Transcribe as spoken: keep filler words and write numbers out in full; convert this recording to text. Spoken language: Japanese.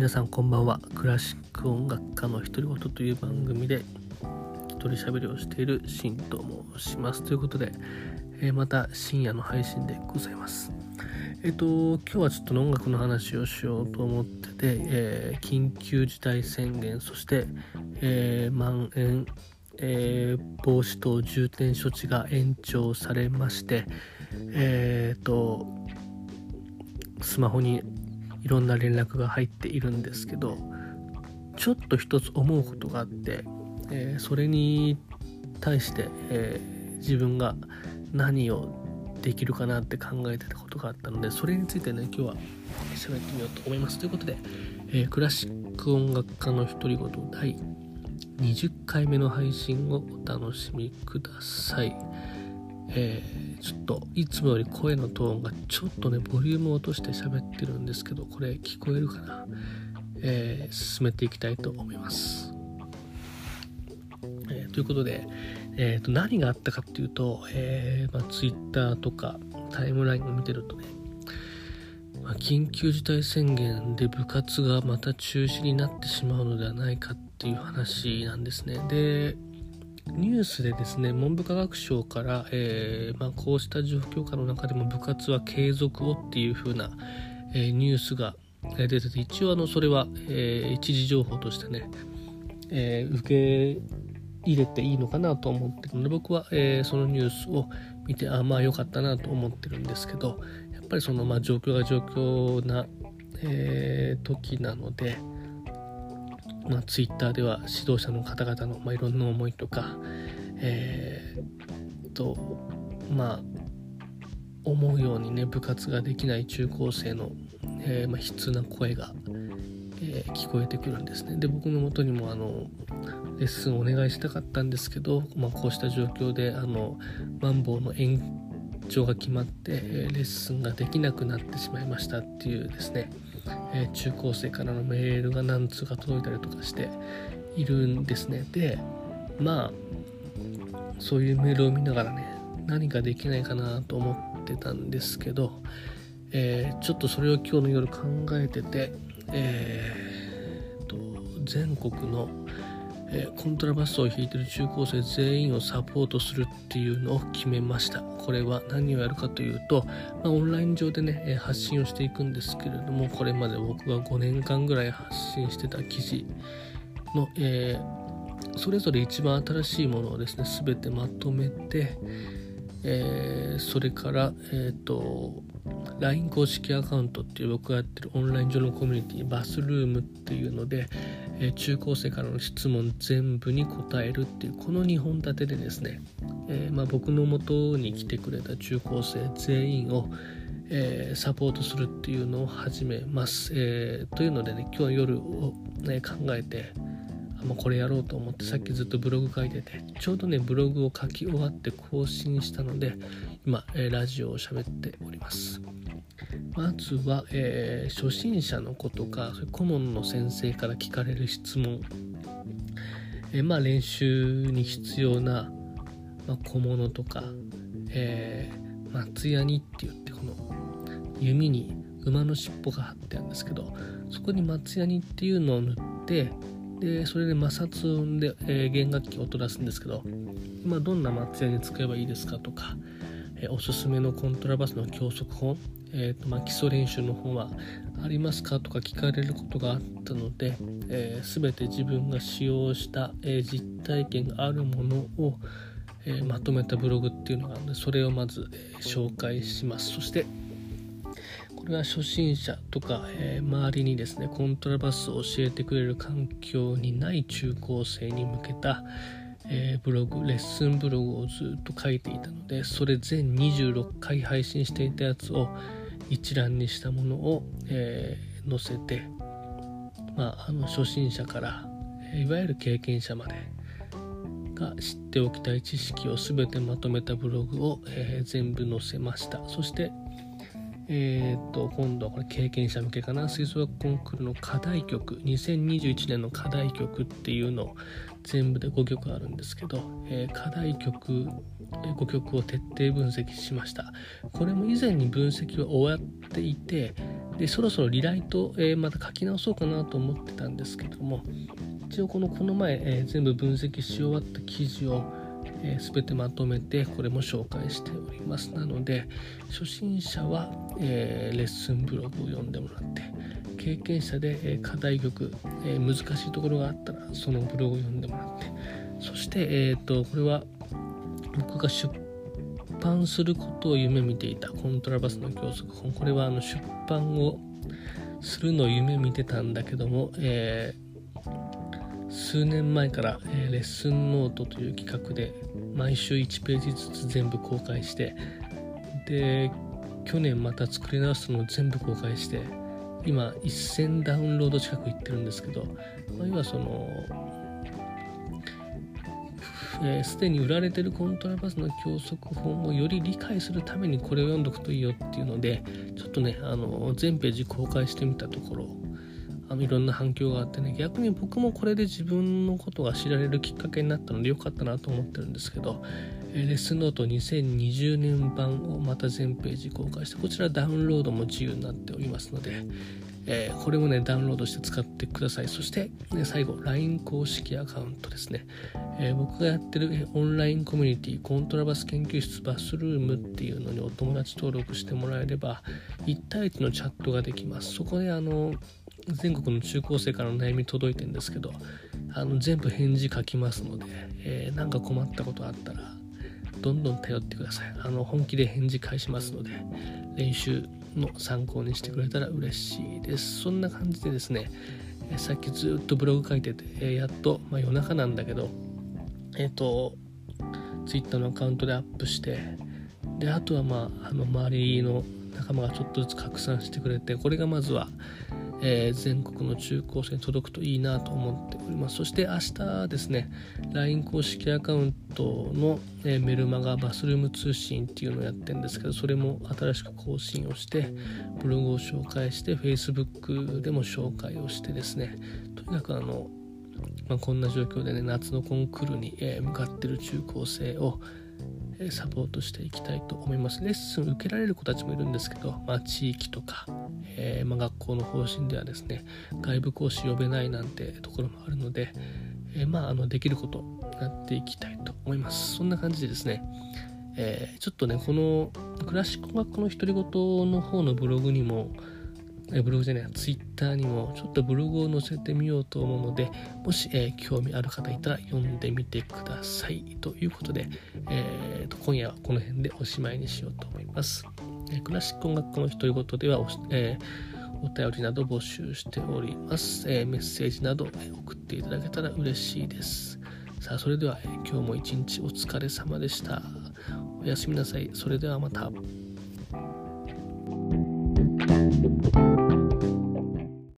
皆さんこんばんは。クラシック音楽家の独り言という番組で一人喋りをしているシンと申します。ということで、えー、また深夜の配信でございます。えっと今日はちょっと音楽の話をしようと思ってて、えー、緊急事態宣言、そして、えー、まん延、えー、防止等重点措置が延長されまして、えー、とスマホにいろんな連絡が入っているんですけど、ちょっと一つ思うことがあって、えー、それに対して、えー、自分が何をできるかなって考えてたことがあったので、それについてね今日は喋ってみようと思います。ということで、えー、クラシック音楽家の独り言だいにじゅっかいめの配信をお楽しみください。えー、ちょっといつもより声のトーンがちょっとねボリュームを落として喋ってるんですけど、これ聞こえるかな。えー、進めていきたいと思います。えー、ということで、えー、と何があったかっていうと、えーまあ、Twitter とかタイムラインを見てるとね、まあ、緊急事態宣言で部活がまた中止になってしまうのではないかっていう話なんですね。でニュースでですね、文部科学省から、えーまあ、こうした状況下の中でも部活は継続をっていう風な、えー、ニュースが出てて、一応あのそれは、えー、一時情報としてね、えー、受け入れていいのかなと思ってるので、僕は、えー、そのニュースを見て、あまあ良かったなと思ってるんですけど、やっぱりその、まあ、状況が状況な、えー、時なので、まあ、ツイッターでは指導者の方々の、まあ、いろんな思いとか、えー、とまあ思うようにね部活ができない中高生の、えーまあ、悲痛な声が、えー、聞こえてくるんですね。で僕の元にもあのレッスンをお願いしたかったんですけど、まあ、こうした状況であのマンボウの延長が決まって、えー、レッスンができなくなってしまいましたっていうですね、えー、中高生からのメールが何通か届いたりとかしているんですね。でまあそういうメールを見ながらね何かできないかなと思ってたんですけど、えー、ちょっとそれを今日の夜考えてて、えー、と全国の、えー、コントラバスを弾いてる中高生全員をサポートするっていうのを決めました。これは何をやるかというと、まあ、オンライン上でね、えー、発信をしていくんですけれども、これまで僕がごねんかんぐらい発信してた記事の、えーそれぞれ一番新しいものをですね全てまとめて、えー、それから、えーと、ライン 公式アカウントっていう僕がやってるオンライン上のコミュニティバスルームっていうので、えー、中高生からの質問全部に答えるっていうこのにほん立てでですね、えーまあ、僕の元に来てくれた中高生全員を、えー、サポートするっていうのを始めます。えー、というのでね今日夜を、ね、考えてもうこれやろうと思ってさっきずっとブログ書いてて、ちょうどねブログを書き終わって更新したので今、えー、ラジオを喋っております。まずは、えー、初心者の子とか顧問の先生から聞かれる質問、えー、まあ練習に必要な、まあ、小物とか、えー、松ヤニって言ってこの弓に馬の尻尾が貼ってあるんですけど、そこに松ヤニっていうのを塗ってでそれで摩擦音で、えー、弦楽器を音出すんですけど、今どんな松ヤニ使えばいいですかとか、えー、おすすめのコントラバスの教則本、えーとまあ、基礎練習の本はありますかとか聞かれることがあったので、えー、全て自分が使用した、えー、実体験があるものを、えー、まとめたブログっていうのがあるので、それをまず、えー、紹介します。そしてこれは初心者とか、えー、周りにですねコントラバスを教えてくれる環境にない中高生に向けた、えー、ブログレッスンブログをずっと書いていたので、それ全にじゅうろっかい配信していたやつを一覧にしたものを、えー、載せて、まあ、あの初心者からいわゆる経験者までが知っておきたい知識を全てまとめたブログを、えー、全部載せました。そしてえー、と今度はこれ経験者向けかな、吹奏楽コンクールの課題曲、にせんにじゅういちねんの課題曲っていうの全部でごきょくあるんですけど、えー、課題曲ごきょくを徹底分析しました。これも以前に分析は終わっていて、でそろそろリライト、えー、また書き直そうかなと思ってたんですけども、一応このこの前、えー、全部分析し終わった記事をえー、全てまとめてこれも紹介しております。なので初心者は、えー、レッスンブログを読んでもらって、経験者で、えー、課題曲、えー、難しいところがあったらそのブログを読んでもらって、そして、えー、とこれは僕が出版することを夢見ていたコントラバスの教則本、これはあの出版をするのを夢見てたんだけども、えー数年前から、えー、レッスンノートという企画で毎週いちページずつ全部公開して、で去年また作り直したのを全部公開して、今せんダウンロード近くいってるんですけど、まあ、要はそのすで、えー、に売られてるコントラバスの教則本をより理解するためにこれを読んどくといいよっていうので、ちょっとねあの全ページ公開してみたところ、あのいろんな反響があってね、逆に僕もこれで自分のことが知られるきっかけになったので良かったなと思ってるんですけど、えー、レッスンノートにせんにじゅうねん版をまた全ページ公開して、こちらダウンロードも自由になっておりますので、えー、これもねダウンロードして使ってください。そして、ね、最後 ライン 公式アカウントですね、えー、僕がやってる、えー、オンラインコミュニティコントラバス研究室バスルームっていうのにお友達登録してもらえればいち対いちのチャットができます。そこであの全国の中高生からの悩み届いてるんですけど、あの全部返事書きますので、えー、なんか困ったことあったらどんどん頼ってください。あの本気で返事返しますので、練習の参考にしてくれたら嬉しいです。そんな感じでですね、えー、さっきずっとブログ書いてて、えー、やっと、まあ、夜中なんだけどえっ、ー、とツイッターのアカウントでアップして、であとはまああの周りの仲間がちょっとずつ拡散してくれて、これがまずはえー、全国の中高生に届くといいなと思っております。そして明日ですね ライン 公式アカウントの、えー、メルマガバスルーム通信っていうのをやってるんですけど、それも新しく更新をしてブログを紹介して Facebook でも紹介をしてですね、とにかくあの、まあ、こんな状況でね夏のコンクールに、えー、向かってる中高生をサポートしていきたいと思います。レッスン受けられる子たちもいるんですけど、まあ、地域とか、えーまあ、学校の方針ではですね外部講師呼べないなんてところもあるので、えーまあ、あのできることやっていきたいと思います。そんな感じでですね、えー、ちょっとねこのクラシック音楽の独り言の方のブログにもブログじゃないツイッターにもちょっとブログを載せてみようと思うので、もし、えー、興味ある方いたら読んでみてくださいということで、えー、と今夜はこの辺でおしまいにしようと思います。えー、クラシック音楽の独り言ではお、えー、お便りなど募集しております。えー、メッセージなど、えー、送っていただけたら嬉しいです。さあそれでは、えー、今日も一日お疲れ様でした。おやすみなさい。それではまた。